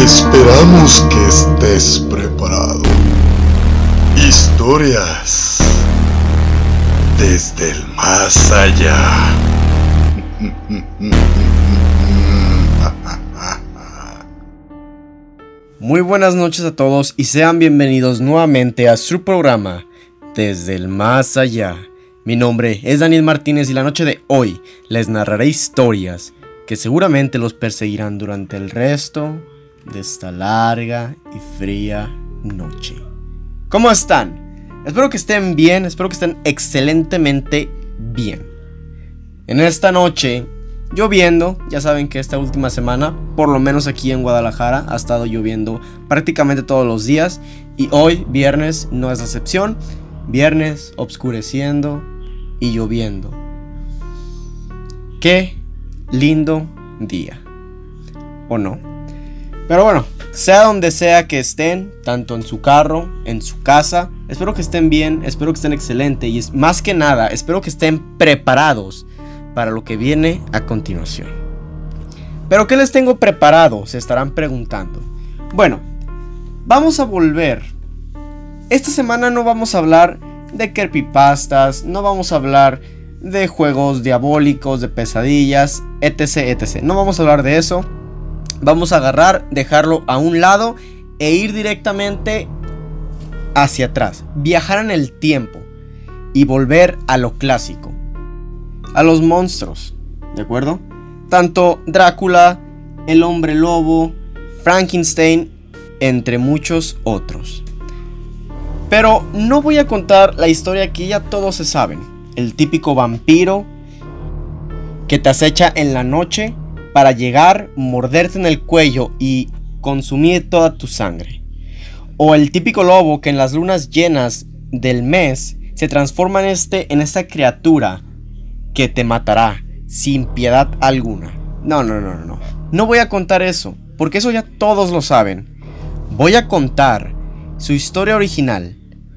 Esperamos que estés preparado. Historias desde el más allá. Muy buenas noches a todos y sean bienvenidos nuevamente a su programa Desde el Más Allá. Mi nombre es Daniel Martínez y la noche de hoy les narraré historias que seguramente los perseguirán durante el resto de esta larga y fría noche. ¿Cómo están? Espero que estén bien, espero que estén excelentemente bien. En esta noche, lloviendo, ya saben que esta última semana, por lo menos aquí en Guadalajara, ha estado lloviendo prácticamente todos los días. Y hoy, viernes, no es la excepción. Viernes, oscureciendo y lloviendo. Qué lindo día, ¿o no? Pero bueno, sea donde sea que estén, tanto en su carro, en su casa, espero que estén bien, espero que estén excelente y más que nada, espero que estén preparados para lo que viene a continuación. ¿Pero qué les tengo preparado? Se estarán preguntando. Bueno, vamos a volver. Esta semana no vamos a hablar de creepypastas, no vamos a hablar de juegos diabólicos, de pesadillas, etc. No vamos a hablar de eso. Vamos a agarrar, dejarlo a un lado e ir directamente hacia atrás. Viajar en el tiempo y volver a lo clásico. A los monstruos, ¿de acuerdo? Tanto Drácula, el hombre lobo, Frankenstein, entre muchos otros. Pero no voy a contar la historia que ya todos se saben. El típico vampiro que te acecha en la noche para llegar, morderte en el cuello y consumir toda tu sangre. O el típico lobo que en las lunas llenas del mes se transforma en esta criatura que te matará sin piedad alguna. No. No voy a contar eso, porque eso ya todos lo saben. Voy a contar su historia original.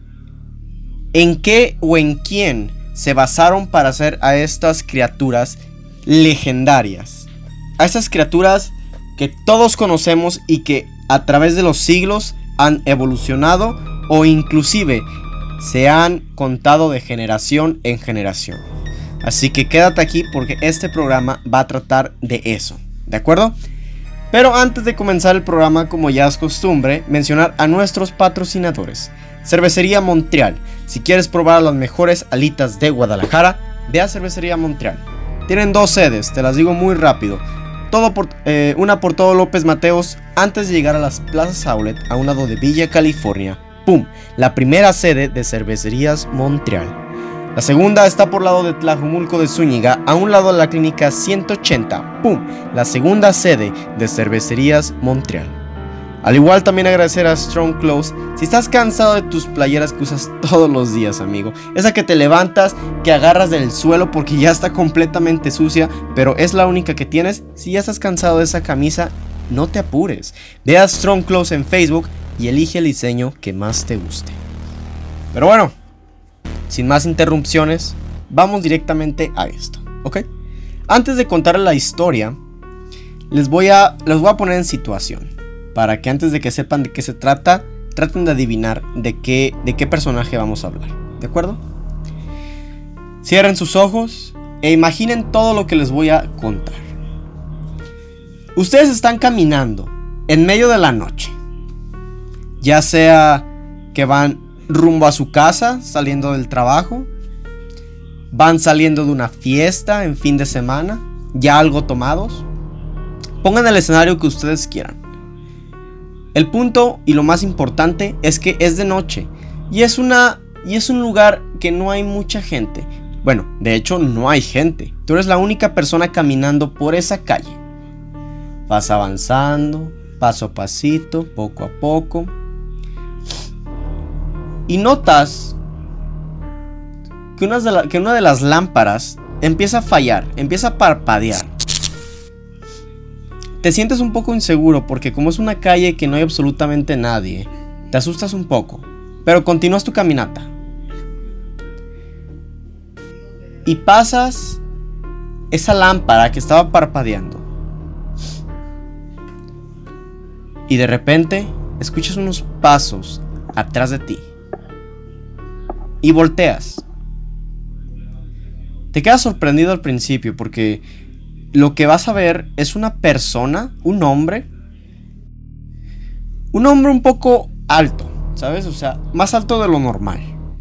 ¿En qué o en quién se basaron para hacer a estas criaturas legendarias? A esas criaturas que todos conocemos y que a través de los siglos han evolucionado o inclusive se han contado de generación en generación. Así que quédate aquí porque este programa va a tratar de eso, ¿de acuerdo? Pero antes de comenzar el programa, como ya es costumbre, mencionar a nuestros patrocinadores. Cervecería Montreal. Si quieres probar las mejores alitas de Guadalajara, ve a Cervecería Montreal. Tienen 2 sedes, te las digo muy rápido. Una por todo López Mateos, antes de llegar a las plazas Outlet, a un lado de Villa California. ¡Pum! La primera sede de Cervecerías Montreal. La segunda está por lado de Tlajumulco de Zúñiga, a un lado de la clínica 180. ¡Pum! La segunda sede de Cervecerías Montreal. Al igual también agradecer a Strong Clothes. Si estás cansado de tus playeras que usas todos los días, amigo, esa que te levantas, que agarras del suelo porque ya está completamente sucia, pero es la única que tienes. Si ya estás cansado de esa camisa, no te apures. Ve a Strong Clothes en Facebook y elige el diseño que más te guste. Pero bueno, sin más interrupciones, vamos directamente a esto, ¿ok? Antes de contar la historia, les voy a poner en situación, para que antes de que sepan de qué se trata, traten de adivinar de qué personaje vamos a hablar, ¿de acuerdo? Cierren sus ojos e imaginen todo lo que les voy a contar. Ustedes están caminando en medio de la noche, ya sea que van rumbo a su casa, saliendo del trabajo, van saliendo de una fiesta en fin de semana, ya algo tomados. Pongan el escenario que ustedes quieran. El punto y lo más importante es que es de noche y es un lugar que no hay mucha gente. Bueno, de hecho no hay gente. Tú eres la única persona caminando por esa calle. Vas avanzando, paso a pasito, poco a poco. Y notas que una de las lámparas empieza a fallar, empieza a parpadear. Te sientes un poco inseguro porque como es una calle que no hay absolutamente nadie, te asustas un poco, pero continúas tu caminata. Y pasas esa lámpara que estaba parpadeando. y de repente escuchas unos pasos atrás de ti y volteas. Te quedas sorprendido al principio porque lo que vas a ver es una persona, un hombre un poco alto, ¿sabes? O sea, más alto de lo normal.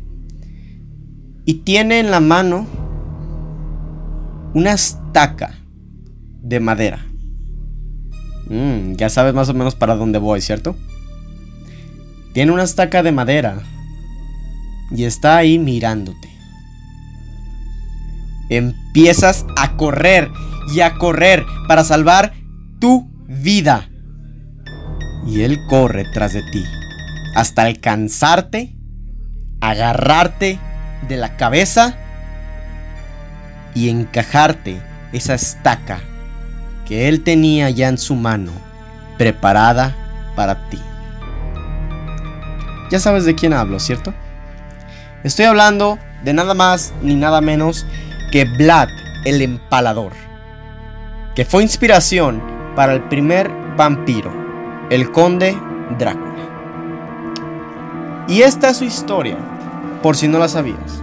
Y tiene en la mano una estaca de madera. Ya sabes más o menos para dónde voy, ¿cierto? Tiene una estaca de madera y está ahí mirándote. Empiezas a correr y a correr para salvar tu vida. Y él corre tras de ti hasta alcanzarte, agarrarte de la cabeza y encajarte esa estaca que él tenía ya en su mano, preparada para ti. Ya sabes de quién hablo, ¿cierto? Estoy hablando de nada más ni nada menos que Vlad el Empalador, que fue inspiración para el primer vampiro, el Conde Drácula. Y esta es su historia, por si no la sabías.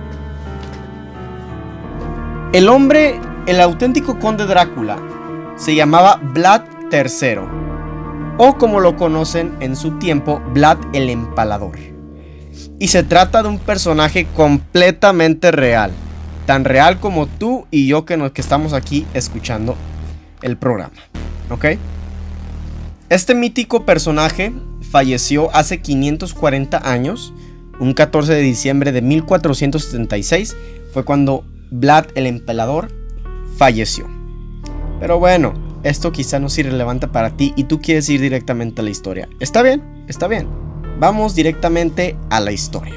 El auténtico Conde Drácula, se llamaba Vlad III, o como lo conocen en su tiempo, Vlad el Empalador. Y se trata de un personaje completamente real, tan real como tú y yo que estamos aquí escuchando el programa, ¿ok? Este mítico personaje falleció hace 540 años, un 14 de diciembre de 1476, fue cuando Vlad el Empalador falleció. Pero bueno, esto quizá no es irrelevante para ti y tú quieres ir directamente a la historia. Está bien, está bien. Vamos directamente a la historia.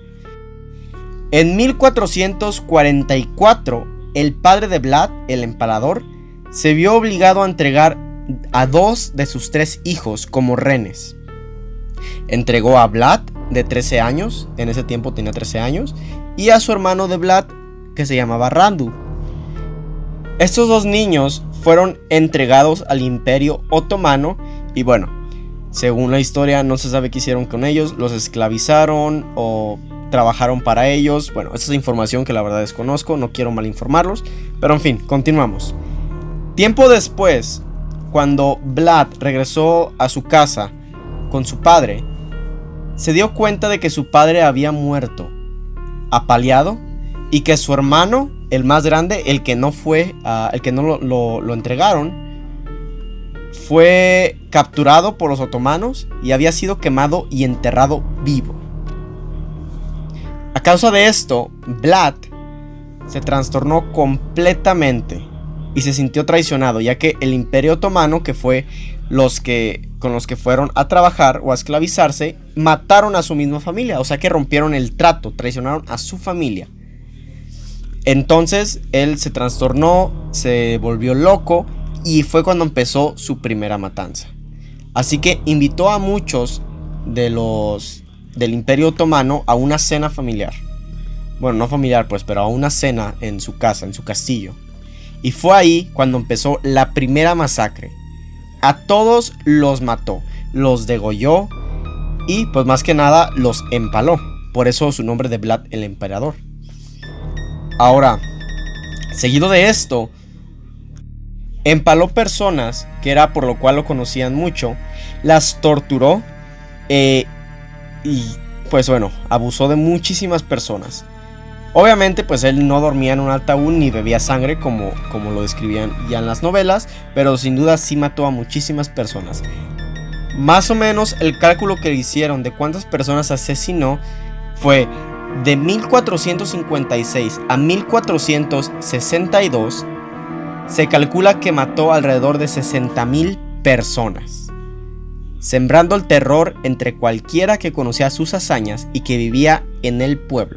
En 1444, el padre de Vlad el Empalador se vio obligado a entregar a 2 de sus 3 hijos como rehenes. Entregó a Vlad, de 13 años, en ese tiempo tenía 13 años, y a su hermano de Vlad, que se llamaba Randu. Estos 2 niños fueron entregados al Imperio Otomano y bueno, según la historia no se sabe qué hicieron con ellos, los esclavizaron o trabajaron para ellos. Bueno, esta es información que la verdad desconozco, no quiero mal informarlos, pero en fin, continuamos. Tiempo después, cuando Vlad regresó a su casa con su padre, se dio cuenta de que su padre había muerto, apaleado, y que su hermano, el más grande, el que no lo entregaron, fue capturado por los otomanos y había sido quemado y enterrado vivo. A causa de esto, Vlad se trastornó completamente y se sintió traicionado, ya que el Imperio Otomano, que fue con los que fueron a trabajar o a esclavizarse, mataron a su misma familia, o sea que rompieron el trato, traicionaron a su familia. Entonces él se trastornó, se volvió loco y fue cuando empezó su primera matanza. Así que invitó a muchos del Imperio Otomano a una cena familiar. Bueno, no familiar pues, pero a una cena en su casa, en su castillo. Y fue ahí cuando empezó la primera masacre. A todos los mató, los degolló y pues más que nada los empaló. Por eso su nombre de Vlad el Empalador. Ahora, seguido de esto, empaló personas, que era por lo cual lo conocían mucho, las torturó y pues bueno, abusó de muchísimas personas. Obviamente pues él no dormía en un ataúd ni bebía sangre como lo describían ya en las novelas, pero sin duda sí mató a muchísimas personas. Más o menos el cálculo que hicieron de cuántas personas asesinó fue de 1456 a 1462. Se calcula que mató alrededor de 60,000 personas, sembrando el terror entre cualquiera que conocía sus hazañas y que vivía en el pueblo.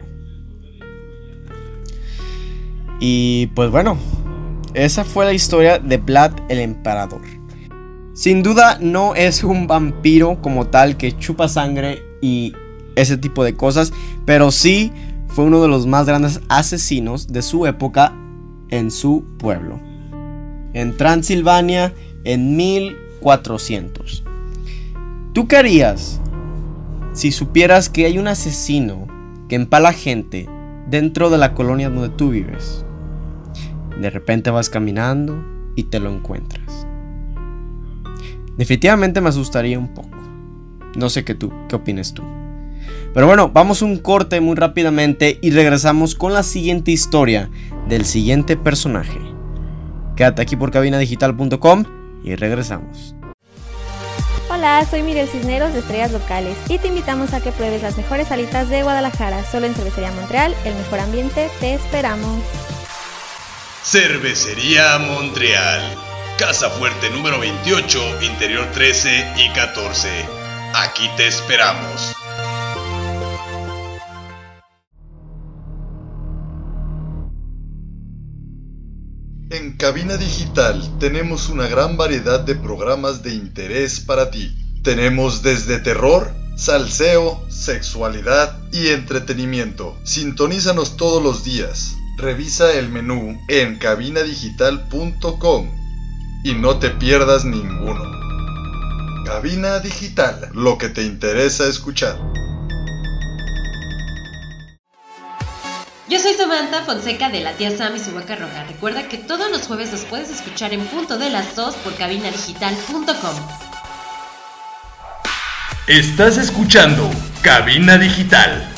Y pues bueno, esa fue la historia de Vlad el Empalador. Sin duda no es un vampiro como tal que chupa sangre y ese tipo de cosas, pero sí fue uno de los más grandes asesinos de su época en su pueblo, en Transilvania, en 1400. ¿Tú qué harías si supieras que hay un asesino que empala gente dentro de la colonia donde tú vives? De repente vas caminando y te lo encuentras. Definitivamente me asustaría un poco. No sé qué opinas tú. Pero bueno, vamos a un corte muy rápidamente y regresamos con la siguiente historia del siguiente personaje. Quédate aquí por cabinadigital.com y regresamos. Hola, soy Miguel Cisneros de Estrellas Locales y te invitamos a que pruebes las mejores alitas de Guadalajara. Solo en Cervecería Montreal, el mejor ambiente, te esperamos. Cervecería Montreal. Casa Fuerte número 28, interior 13 y 14. Aquí te esperamos. En Cabina Digital tenemos una gran variedad de programas de interés para ti. Tenemos desde terror, salseo, sexualidad y entretenimiento. Sintonízanos todos los días. Revisa el menú en cabinadigital.com y no te pierdas ninguno. Cabina Digital, lo que te interesa escuchar. Yo soy Samantha Fonseca de la tía Sam y su vaca roja. Recuerda que todos los jueves los puedes escuchar en punto de las 2 por cabinadigital.com. Estás escuchando Cabina Digital.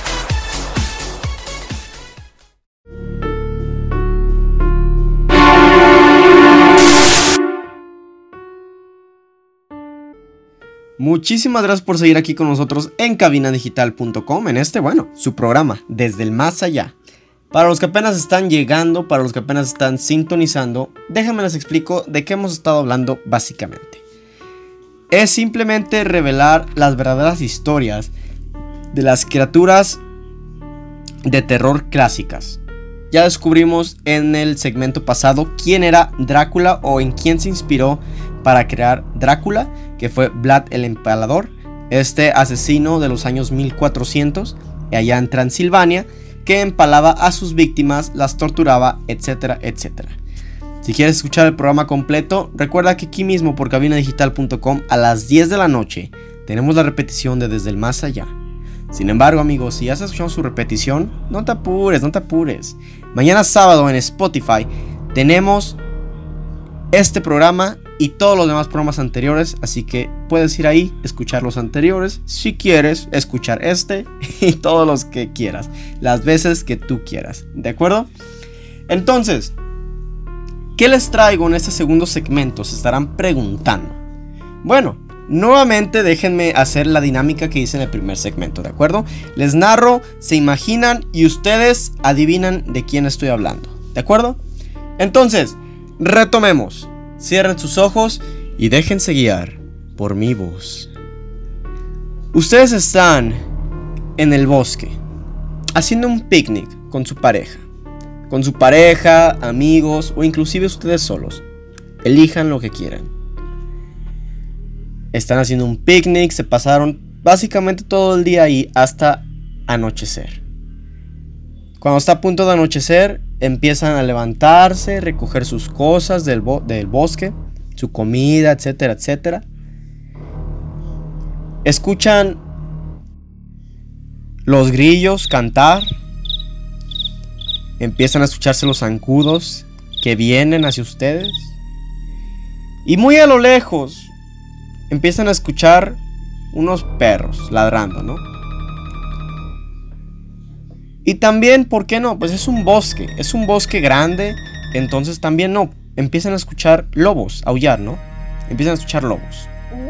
Muchísimas gracias por seguir aquí con nosotros en cabinadigital.com, en su programa, Desde el Más Allá. Para los que apenas están llegando, para los que apenas están sintonizando, déjenme les explico de qué hemos estado hablando básicamente. Es simplemente revelar las verdaderas historias de las criaturas de terror clásicas. Ya descubrimos en el segmento pasado quién era Drácula o en quién se inspiró para crear Drácula, que fue Vlad el Empalador, este asesino de los años 1400 allá en Transilvania, que empalaba a sus víctimas, las torturaba, etcétera, etcétera. Si quieres escuchar el programa completo, recuerda que aquí mismo por cabinadigital.com a las 10 de la noche tenemos la repetición de Desde el Más Allá. Sin embargo, amigos, si ya has escuchado su repetición, no te apures. Mañana sábado en Spotify tenemos este programa y todos los demás programas anteriores, así que puedes ir ahí, escuchar los anteriores, si quieres, escuchar este y todos los que quieras, las veces que tú quieras, ¿de acuerdo? Entonces, ¿qué les traigo en este segundo segmento? Se estarán preguntando. Bueno, nuevamente déjenme hacer la dinámica que hice en el primer segmento, ¿de acuerdo? Les narro, se imaginan y ustedes adivinan de quién estoy hablando, ¿de acuerdo? Entonces, retomemos. Cierren sus ojos y déjense guiar por mi voz. Ustedes están en el bosque, haciendo un picnic con su pareja, amigos o inclusive ustedes solos. Elijan lo que quieran. Están haciendo un picnic, se pasaron básicamente todo el día ahí hasta anochecer. Cuando está a punto de anochecer, empiezan a levantarse, recoger sus cosas del bosque, su comida, etcétera, etcétera. Escuchan los grillos cantar. Empiezan a escucharse los zancudos que vienen hacia ustedes. Y muy a lo lejos empiezan a escuchar unos perros ladrando, ¿no? Y también, ¿por qué no? Pues es un bosque grande, entonces también no, empiezan a escuchar lobos aullar, ¿no? Empiezan a escuchar lobos.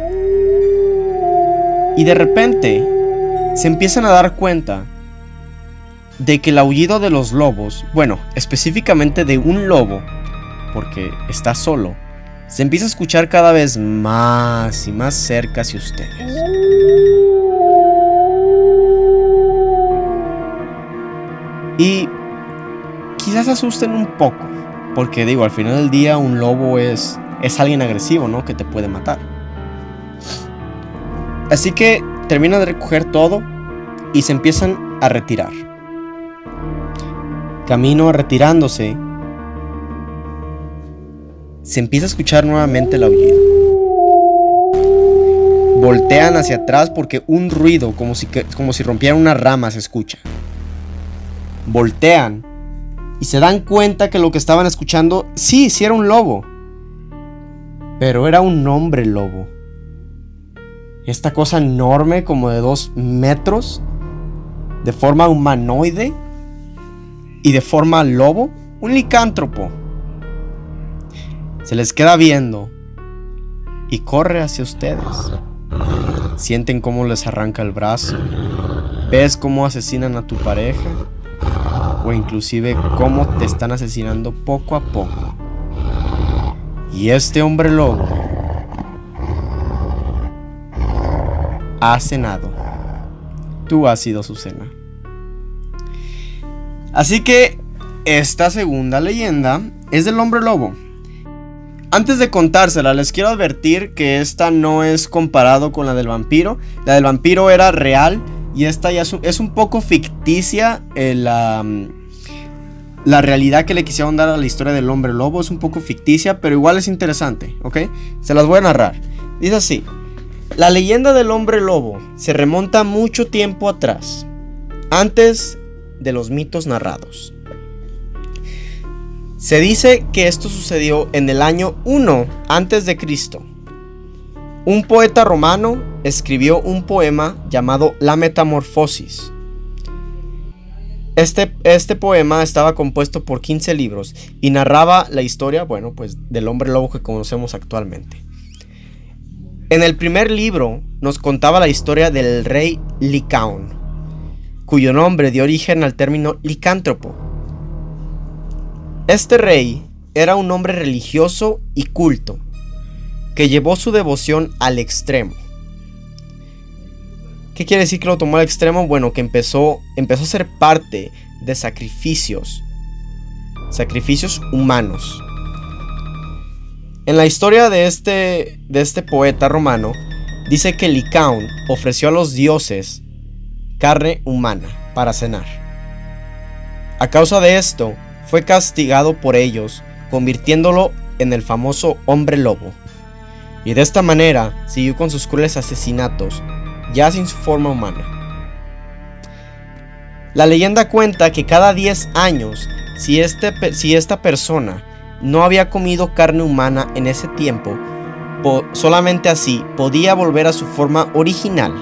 Y de repente se empiezan a dar cuenta de que el aullido de los lobos, bueno, específicamente de un lobo, porque está solo, se empieza a escuchar cada vez más y más cerca hacia ustedes. Y quizás se asusten un poco, porque digo, al final del día un lobo es alguien agresivo, ¿no? Que te puede matar. Así que terminan de recoger todo y se empiezan a retirar. Camino retirándose, se empieza a escuchar nuevamente el aullido. voltean hacia atrás porque un ruido como si rompieran una rama se escucha. Voltean y se dan cuenta que lo que estaban escuchando sí era un lobo, pero era un hombre lobo. Esta cosa enorme, como de 2 metros, de forma humanoide y de forma lobo, un licántropo. Se les queda viendo y corre hacia ustedes. Sienten cómo les arranca el brazo, ves cómo asesinan a tu pareja, o inclusive cómo te están asesinando poco a poco. Y este hombre lobo ha cenado. Tú has sido su cena. Así que esta segunda leyenda es del hombre lobo. Antes de contársela, les quiero advertir que esta no es comparado con la del vampiro. La del vampiro era real y esta ya es un poco ficticia. La realidad que le quisieron dar a la historia del hombre lobo es un poco ficticia, pero igual es interesante, ¿ok? Se las voy a narrar. Dice así: la leyenda del hombre lobo se remonta mucho tiempo atrás, antes de los mitos narrados. Se dice que esto sucedió en el año 1 antes de Cristo. Un poeta romano escribió un poema llamado La Metamorfosis. Este poema estaba compuesto por 15 libros y narraba la historia, del hombre lobo que conocemos actualmente. En el primer libro nos contaba la historia del rey Licaón, cuyo nombre dio origen al término licántropo. Este rey era un hombre religioso y culto, que llevó su devoción al extremo. ¿Qué quiere decir que lo tomó al extremo? Bueno, que empezó a ser parte de sacrificios humanos. En la historia de este poeta romano, dice que Licaón ofreció a los dioses carne humana para cenar. A causa de esto, fue castigado por ellos, convirtiéndolo en el famoso hombre lobo. Y de esta manera siguió con sus crueles asesinatos, ya sin su forma humana. La leyenda cuenta que cada 10 años, si esta persona no había comido carne humana en ese tiempo, solamente así podía volver a su forma original.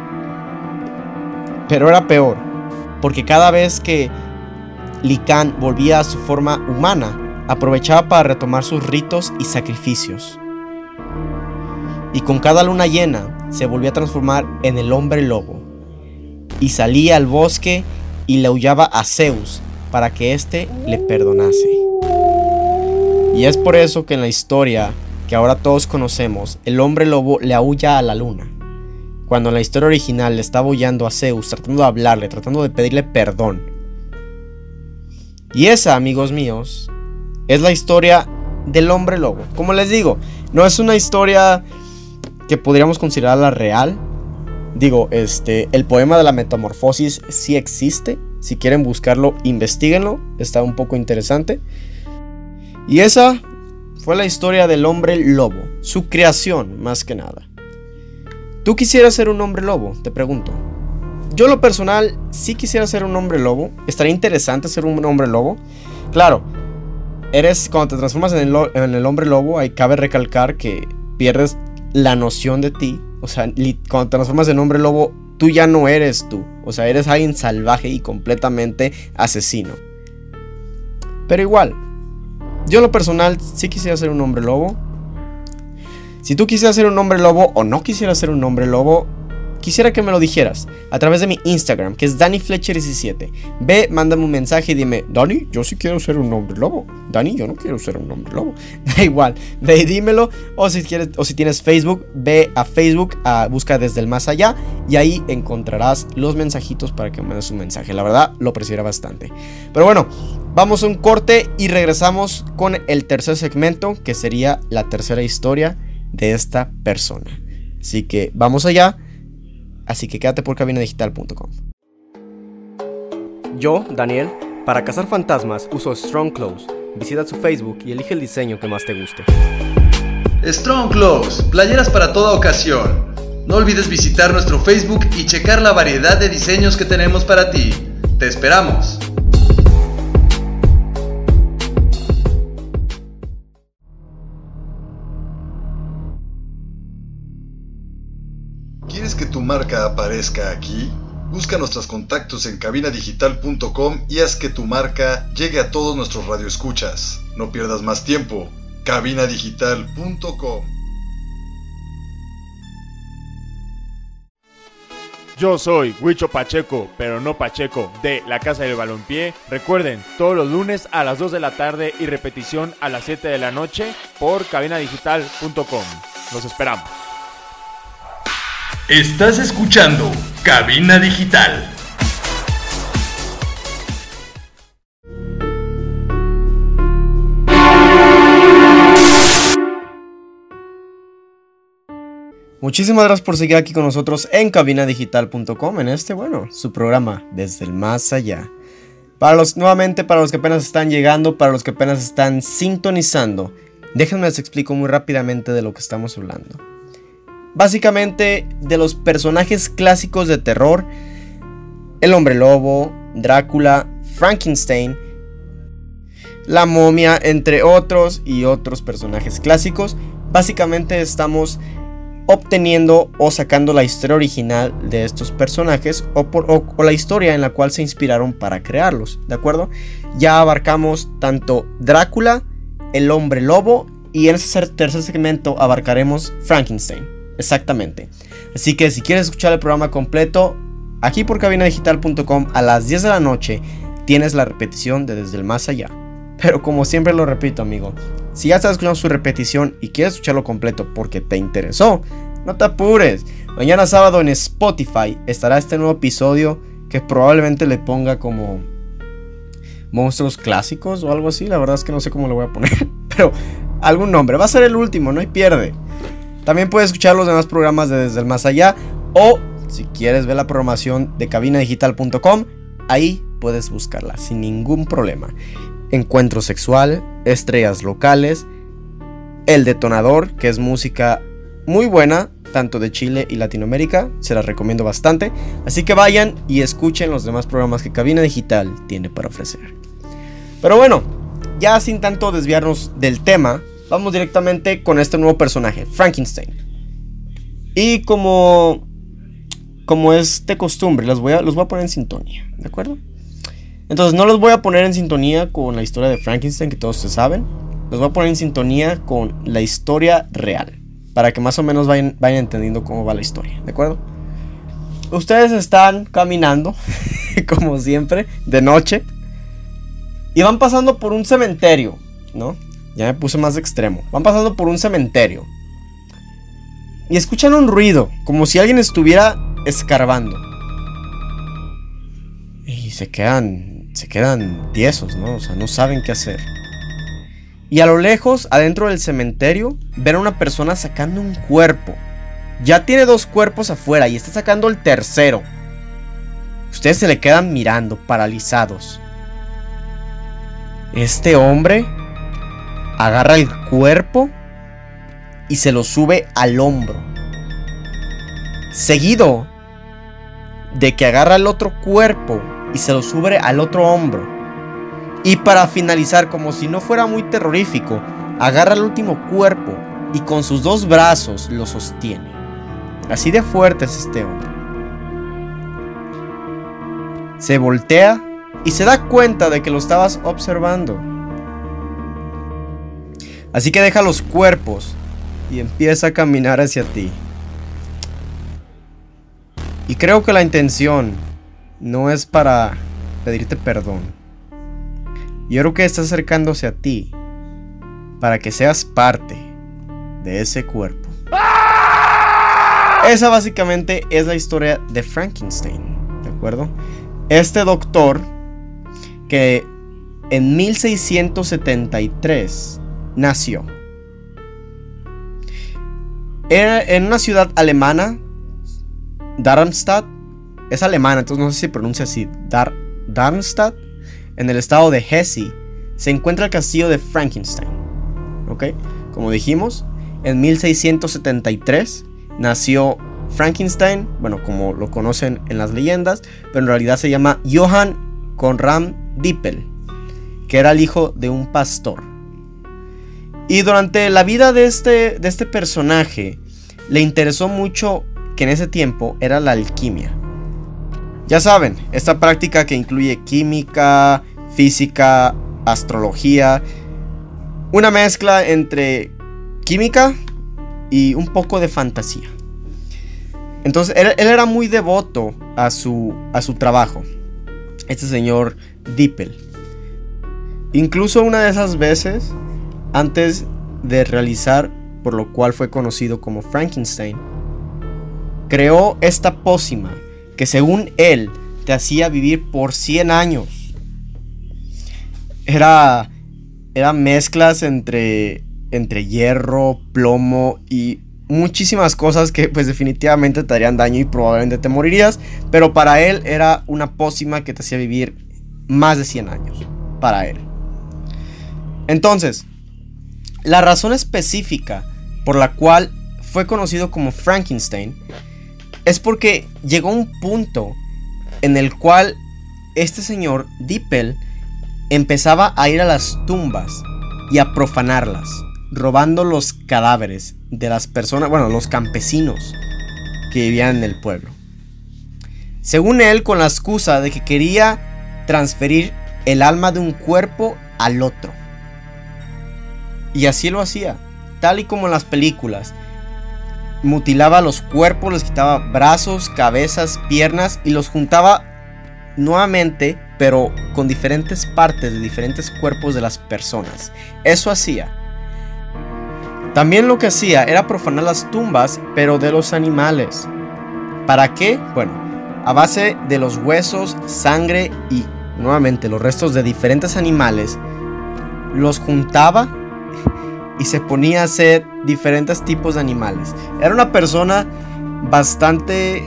Pero era peor, porque cada vez que Licaón volvía a su forma humana, aprovechaba para retomar sus ritos y sacrificios. Y con cada luna llena se volvía a transformar en el hombre lobo, y salía al bosque y le aullaba a Zeus para que éste le perdonase. Y es por eso que en la historia que ahora todos conocemos, el hombre lobo le aúlla a la luna, cuando en la historia original le estaba aullando a Zeus, tratando de hablarle, tratando de pedirle perdón. Y esa, amigos míos, es la historia del hombre lobo. Como les digo, no es una historia que podríamos considerarla real. El poema de la Metamorfosis sí existe. Si quieren buscarlo, investíguenlo. Está un poco interesante. Y esa fue la historia del hombre lobo, su creación más que nada. ¿Tú quisieras ser un hombre lobo? Te pregunto. Yo en lo personal sí quisiera ser un hombre lobo. Estaría interesante ser un hombre lobo. Claro, cuando te transformas en el hombre lobo, ahí cabe recalcar que pierdes la noción de ti. O sea, cuando te transformas en hombre lobo, tú ya no eres tú. O sea, eres alguien salvaje y completamente asesino. Pero igual, yo en lo personal sí quisiera ser un hombre lobo. Si tú quisieras ser un hombre lobo o no quisieras ser un hombre lobo, quisiera que me lo dijeras a través de mi Instagram, que es DannyFletcher17. Ve, mándame un mensaje y dime: Dani, yo sí quiero ser un hombre lobo. Dani, yo no quiero ser un hombre lobo. Da igual, ve y dímelo. O si tienes Facebook, ve a Facebook, busca Desde el Más Allá, y ahí encontrarás los mensajitos para que me mandes un mensaje. La verdad, lo apreciaré bastante. Pero bueno, vamos a un corte y regresamos con el tercer segmento, que sería la tercera historia de esta persona. Así que vamos allá. Así que quédate por cabinadigital.com. Yo, Daniel, para cazar fantasmas uso Strong Clothes. Visita su Facebook y elige el diseño que más te guste. Strong Clothes, playeras para toda ocasión. No olvides visitar nuestro Facebook y checar la variedad de diseños que tenemos para ti. ¡Te esperamos! ¿Quieres que tu marca aparezca aquí? Busca nuestros contactos en cabinadigital.com y haz que tu marca llegue a todos nuestros radioescuchas. No pierdas más tiempo. cabinadigital.com. Yo soy Huicho Pacheco, pero no Pacheco, de La Casa del Balompié. Recuerden, todos los lunes a las 2 de la tarde y repetición a las 7 de la noche por cabinadigital.com. Los esperamos. Estás escuchando Cabina Digital. Muchísimas gracias por seguir aquí con nosotros en cabinadigital.com en su programa Desde el Más Allá. Para los que apenas están llegando, para los que apenas están sintonizando, déjenme les explico muy rápidamente de lo que estamos hablando. Básicamente de los personajes clásicos de terror: el Hombre Lobo, Drácula, Frankenstein, la Momia, entre otros y otros personajes clásicos. Básicamente estamos obteniendo o sacando la historia original de estos personajes o la historia en la cual se inspiraron para crearlos, ¿de acuerdo? Ya abarcamos tanto Drácula, el Hombre Lobo, y en ese tercer segmento abarcaremos Frankenstein, exactamente. Así que si quieres escuchar el programa completo, aquí por cabinadigital.com a las 10 de la noche tienes la repetición de Desde el Más Allá. Pero como siempre lo repito, amigo, si ya estás escuchando su repetición y quieres escucharlo completo porque te interesó, no te apures. Mañana sábado en Spotify estará este nuevo episodio que probablemente le ponga como Monstruos Clásicos o algo así. La verdad es que no sé cómo le voy a poner, pero algún nombre. Va a ser el último, no hay pierde. También puedes escuchar los demás programas de Desde el Más Allá, o si quieres ver la programación de cabinadigital.com, ahí puedes buscarla sin ningún problema. Encuentro Sexual, Estrellas Locales, El Detonador, que es música muy buena, tanto de Chile y Latinoamérica, se las recomiendo bastante. Así que vayan y escuchen los demás programas que Cabina Digital tiene para ofrecer. Pero bueno, ya sin tanto desviarnos del tema, vamos directamente con este nuevo personaje, Frankenstein. Y como es de costumbre, los voy a poner en sintonía, ¿de acuerdo? Entonces no los voy a poner en sintonía con la historia de Frankenstein, que todos ustedes saben. Los voy a poner en sintonía con la historia real, para que más o menos vayan entendiendo cómo va la historia, ¿de acuerdo? Ustedes están caminando, como siempre, de noche, y van pasando por un cementerio, ¿no? Ya me puse más extremo. Van pasando por un cementerio y escuchan un ruido, como si alguien estuviera escarbando. Y se quedan tiesos, ¿no? O sea, no saben qué hacer. Y a lo lejos, adentro del cementerio, ven a una persona sacando un cuerpo. Ya tiene 2 cuerpos afuera y está sacando el tercero. Ustedes se le quedan mirando, paralizados. Este hombre agarra el cuerpo y se lo sube al hombro, seguido de que agarra el otro cuerpo y se lo sube al otro hombro. Y para finalizar, como si no fuera muy terrorífico, agarra el último cuerpo y con sus 2 brazos lo sostiene. Así de fuerte es este hombre. Se voltea y se da cuenta de que lo estabas observando. Así que deja los cuerpos y empieza a caminar hacia ti. Y creo que la intención no es para pedirte perdón. Yo creo que está acercándose a ti para que seas parte de ese cuerpo. Esa básicamente es la historia de Frankenstein, ¿de acuerdo? Este doctor que en 1673 nació en una ciudad alemana, Darmstadt. Es alemana, entonces no sé si se pronuncia así. Darmstadt, en el estado de Hesse, se encuentra el castillo de Frankenstein. ¿Ok? Como dijimos, en 1673 nació Frankenstein, bueno, como lo conocen en las leyendas, pero en realidad se llama Johann Conrad Dippel, que era el hijo de un pastor. Y durante la vida de este personaje, le interesó mucho que en ese tiempo era la alquimia. Ya saben, esta práctica que incluye química, física, astrología, una mezcla entre química y un poco de fantasía. Entonces él era muy devoto a su trabajo, este señor Dippel. Incluso una de esas veces, antes de realizar, por lo cual fue conocido como Frankenstein, creó esta pócima que según él te hacía vivir por 100 años. Era mezclas entre hierro, plomo y muchísimas cosas que pues definitivamente te harían daño y probablemente te morirías, pero para él era una pócima que te hacía vivir más de 100 años, para él. Entonces, la razón específica por la cual fue conocido como Frankenstein es porque llegó un punto en el cual este señor Dippel empezaba a ir a las tumbas y a profanarlas, robando los cadáveres de las personas, bueno, los campesinos que vivían en el pueblo. Según él, con la excusa de que quería transferir el alma de un cuerpo al otro. Y así lo hacía, tal y como en las películas. Mutilaba los cuerpos, les quitaba brazos, cabezas, piernas y los juntaba nuevamente, pero con diferentes partes de diferentes cuerpos de las personas. Eso hacía. También lo que hacía era profanar las tumbas, pero de los animales. ¿Para qué? Bueno, a base de los huesos, sangre y nuevamente los restos de diferentes animales, los juntaba y se ponía a hacer diferentes tipos de animales. Era una persona bastante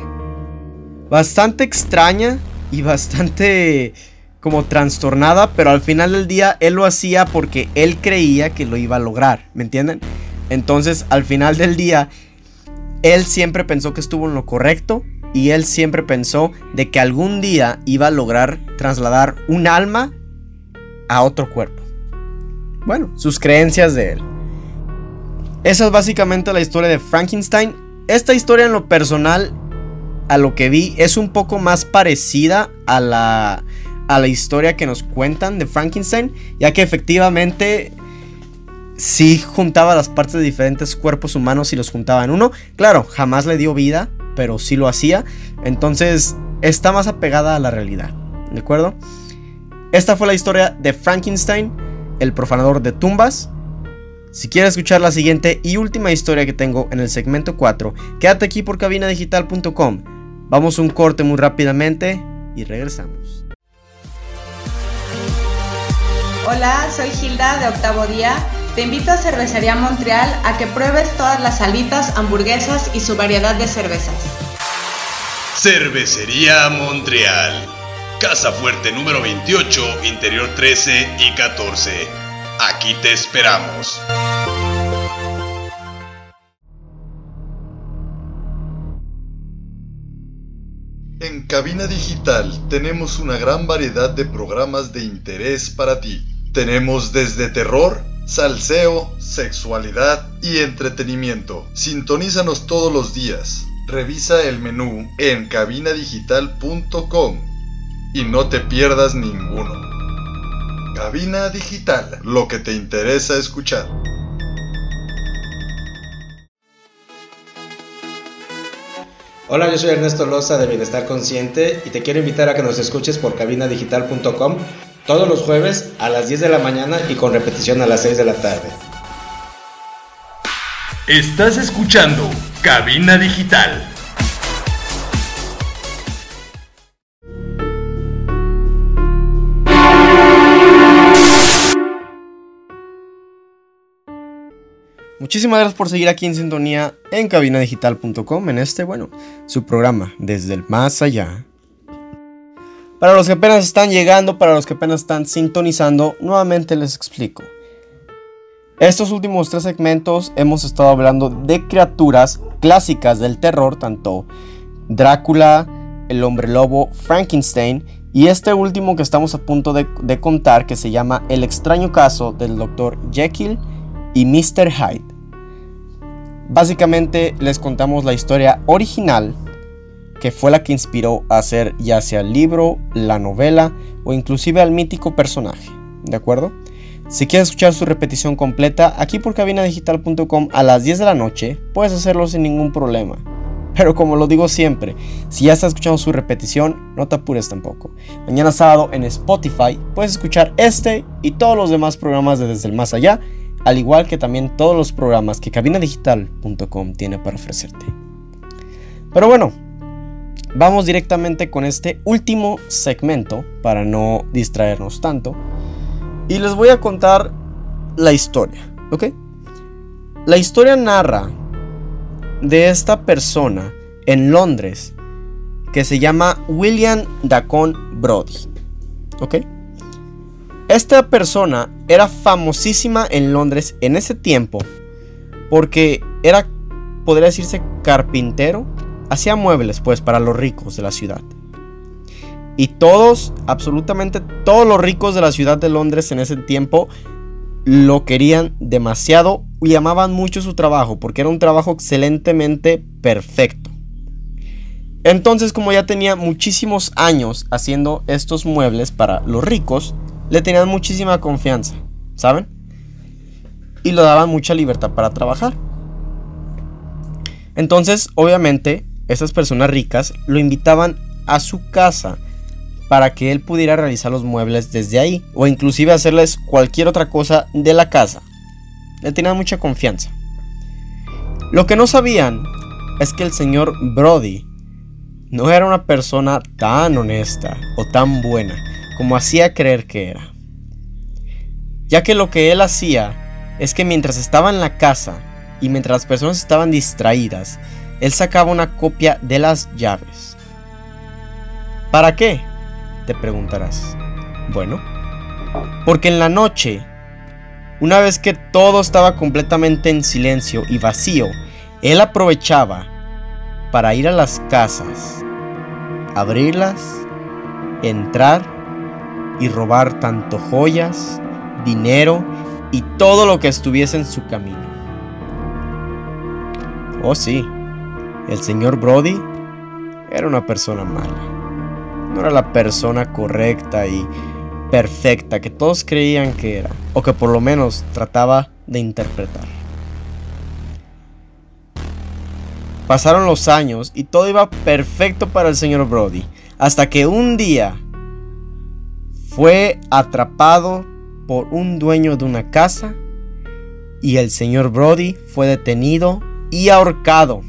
extraña y bastante como trastornada, pero al final del día él lo hacía porque él creía que lo iba a lograr, ¿me entienden? Entonces al final del día él siempre pensó que estuvo en lo correcto y él siempre pensó de que algún día iba a lograr trasladar un alma a otro cuerpo. Bueno, sus creencias de él. Esa es básicamente la historia de Frankenstein. Esta historia en lo personal, a lo que vi, es un poco más parecida a la historia que nos cuentan de Frankenstein, ya que efectivamente sí juntaba las partes de diferentes cuerpos humanos y los juntaba en uno. Claro, jamás le dio vida, pero sí lo hacía. Entonces está más apegada a la realidad, ¿de acuerdo? Esta fue la historia de Frankenstein, el profanador de tumbas. Si quieres escuchar la siguiente y última historia que tengo en el segmento 4, quédate aquí por cabinadigital.com. Vamos a un corte muy rápidamente y regresamos. Hola, soy Gilda de Octavo Día. Te invito a Cervecería Montreal a que pruebes todas las alitas, hamburguesas y su variedad de cervezas. Cervecería Montreal. Casa Fuerte número 28, interior 13 y 14. Aquí te esperamos. En Cabina Digital tenemos una gran variedad de programas de interés para ti. Tenemos desde terror, salseo, sexualidad y entretenimiento. Sintonízanos todos los días. Revisa el menú en cabinadigital.com y no te pierdas ninguno. Cabina Digital, lo que te interesa escuchar. Hola, yo soy Ernesto Loza de Bienestar Consciente y te quiero invitar a que nos escuches por cabinadigital.com todos los jueves a las 10 de la mañana y con repetición a las 6 de la tarde. Estás escuchando Cabina Digital. Muchísimas gracias por seguir aquí en sintonía en cabinadigital.com en su programa Desde el Más Allá. Para los que apenas están llegando, para los que apenas están sintonizando, nuevamente les explico. Estos últimos 3 segmentos hemos estado hablando de criaturas clásicas del terror, tanto Drácula, el hombre lobo, Frankenstein y este último que estamos a punto de contar, que se llama El extraño caso del Dr. Jekyll y Mr. Hyde. Básicamente les contamos la historia original, que fue la que inspiró a hacer ya sea el libro, la novela o inclusive al mítico personaje, ¿de acuerdo? Si quieres escuchar su repetición completa, aquí por cabinadigital.com a las 10 de la noche, puedes hacerlo sin ningún problema. Pero como lo digo siempre, si ya estás escuchando su repetición, no te apures tampoco. Mañana sábado en Spotify puedes escuchar este y todos los demás programas de Desde el Más Allá, al igual que también todos los programas que cabinadigital.com tiene para ofrecerte. Pero bueno, vamos directamente con este último segmento para no distraernos tanto. Y les voy a contar la historia, ¿ok? La historia narra de esta persona en Londres que se llama William Dacon Brodie, ¿ok? Esta persona era famosísima en Londres en ese tiempo porque era, podría decirse, carpintero. Hacía muebles pues para los ricos de la ciudad. Y todos, absolutamente todos los ricos de la ciudad de Londres en ese tiempo lo querían demasiado y amaban mucho su trabajo porque era un trabajo excelentemente perfecto. Entonces, como ya tenía muchísimos años haciendo estos muebles para los ricos, le tenían muchísima confianza, ¿saben? Y le daban mucha libertad para trabajar. Entonces, obviamente, esas personas ricas lo invitaban a su casa para que él pudiera realizar los muebles desde ahí, o inclusive hacerles cualquier otra cosa de la casa. Le tenían mucha confianza. Lo que no sabían es que el señor Brodie no era una persona tan honesta o tan buena como hacía creer que era. Ya que lo que él hacía es que mientras estaba en la casa y mientras las personas estaban distraídas, él sacaba una copia de las llaves. ¿Para qué?, te preguntarás. Bueno, porque en la noche, una vez que todo estaba completamente en silencio y vacío, él aprovechaba para ir a las casas, abrirlas, entrar y robar tanto joyas, dinero y todo lo que estuviese en su camino. Oh sí, el señor Brodie era una persona mala. No era la persona correcta y perfecta que todos creían que era, o que por lo menos trataba de interpretar. Pasaron los años y todo iba perfecto para el señor Brodie, hasta que un día fue atrapado por un dueño de una casa y el señor Brodie fue detenido y ahorcado.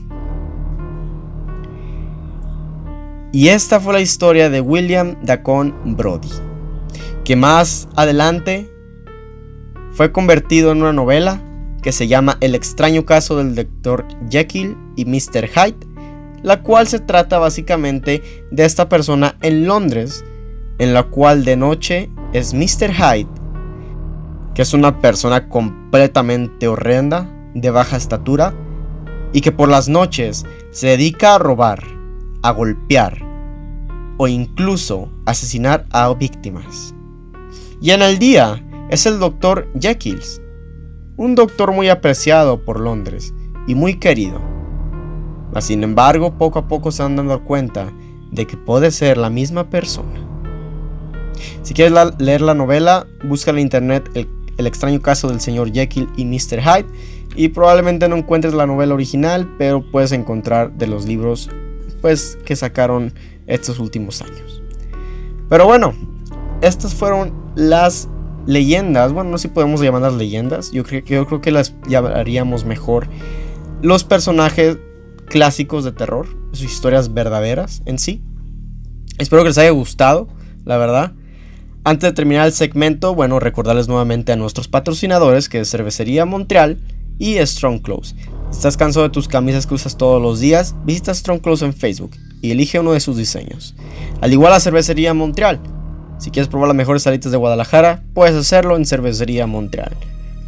Y esta fue la historia de William Dacon Brodie, que más adelante fue convertido en una novela que se llama El extraño caso del Dr. Jekyll y Mr. Hyde, la cual se trata básicamente de esta persona en Londres, en la cual de noche es Mr. Hyde, que es una persona completamente horrenda, de baja estatura, y que por las noches se dedica a robar, a golpear o incluso asesinar a víctimas. Y en el día es el Dr. Jekyll, un doctor muy apreciado por Londres y muy querido. Mas sin embargo, poco a poco se han dado cuenta de que puede ser la misma persona. Si quieres leer la novela, busca en internet el extraño caso del señor Jekyll y Mr. Hyde, y probablemente no encuentres la novela original, pero puedes encontrar de los libros pues que sacaron estos últimos años. Pero bueno, estas fueron las leyendas. Bueno, no sé si podemos llamarlas leyendas. Yo creo que las llamaríamos mejor los personajes clásicos de terror, sus historias verdaderas en sí. Espero que les haya gustado, la verdad. Antes de terminar el segmento, bueno, recordarles nuevamente a nuestros patrocinadores, que es Cervecería Montreal y Strong Clothes. Si estás cansado de tus camisas que usas todos los días, visita Strong Clothes en Facebook y elige uno de sus diseños. Al igual a Cervecería Montreal. Si quieres probar las mejores salitas de Guadalajara, puedes hacerlo en Cervecería Montreal.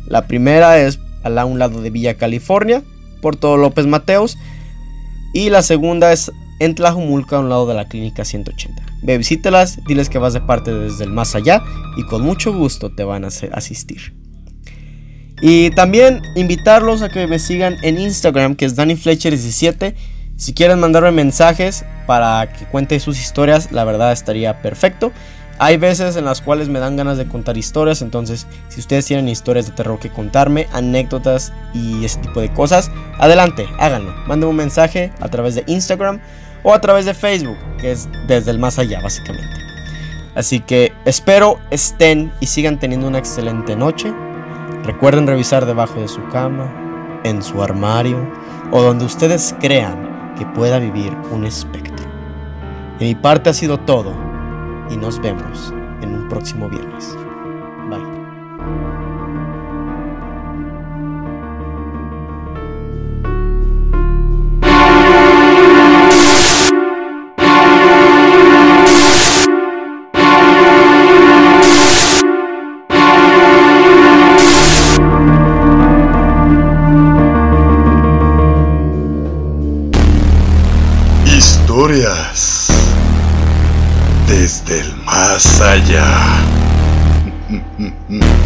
La primera es a un lado de Villa California, por todo López Mateos. Y la segunda es en Tlajumulco, a un lado de la Clínica 180. Ve, visítelas, diles que vas de parte desde el más allá y con mucho gusto te van a asistir. Y también invitarlos a que me sigan en Instagram, que es DannyFletcher17. Si quieren mandarme mensajes para que cuente sus historias, la verdad estaría perfecto. Hay veces en las cuales me dan ganas de contar historias, entonces si ustedes tienen historias de terror que contarme, anécdotas y ese tipo de cosas, adelante, háganlo. Mándenme un mensaje a través de Instagram o a través de Facebook, que es desde el más allá básicamente. Así que espero estén y sigan teniendo una excelente noche. Recuerden revisar debajo de su cama, en su armario o donde ustedes crean que pueda vivir un espectro. De mi parte ha sido todo y nos vemos en un próximo viernes. Bye. Historias desde el más allá.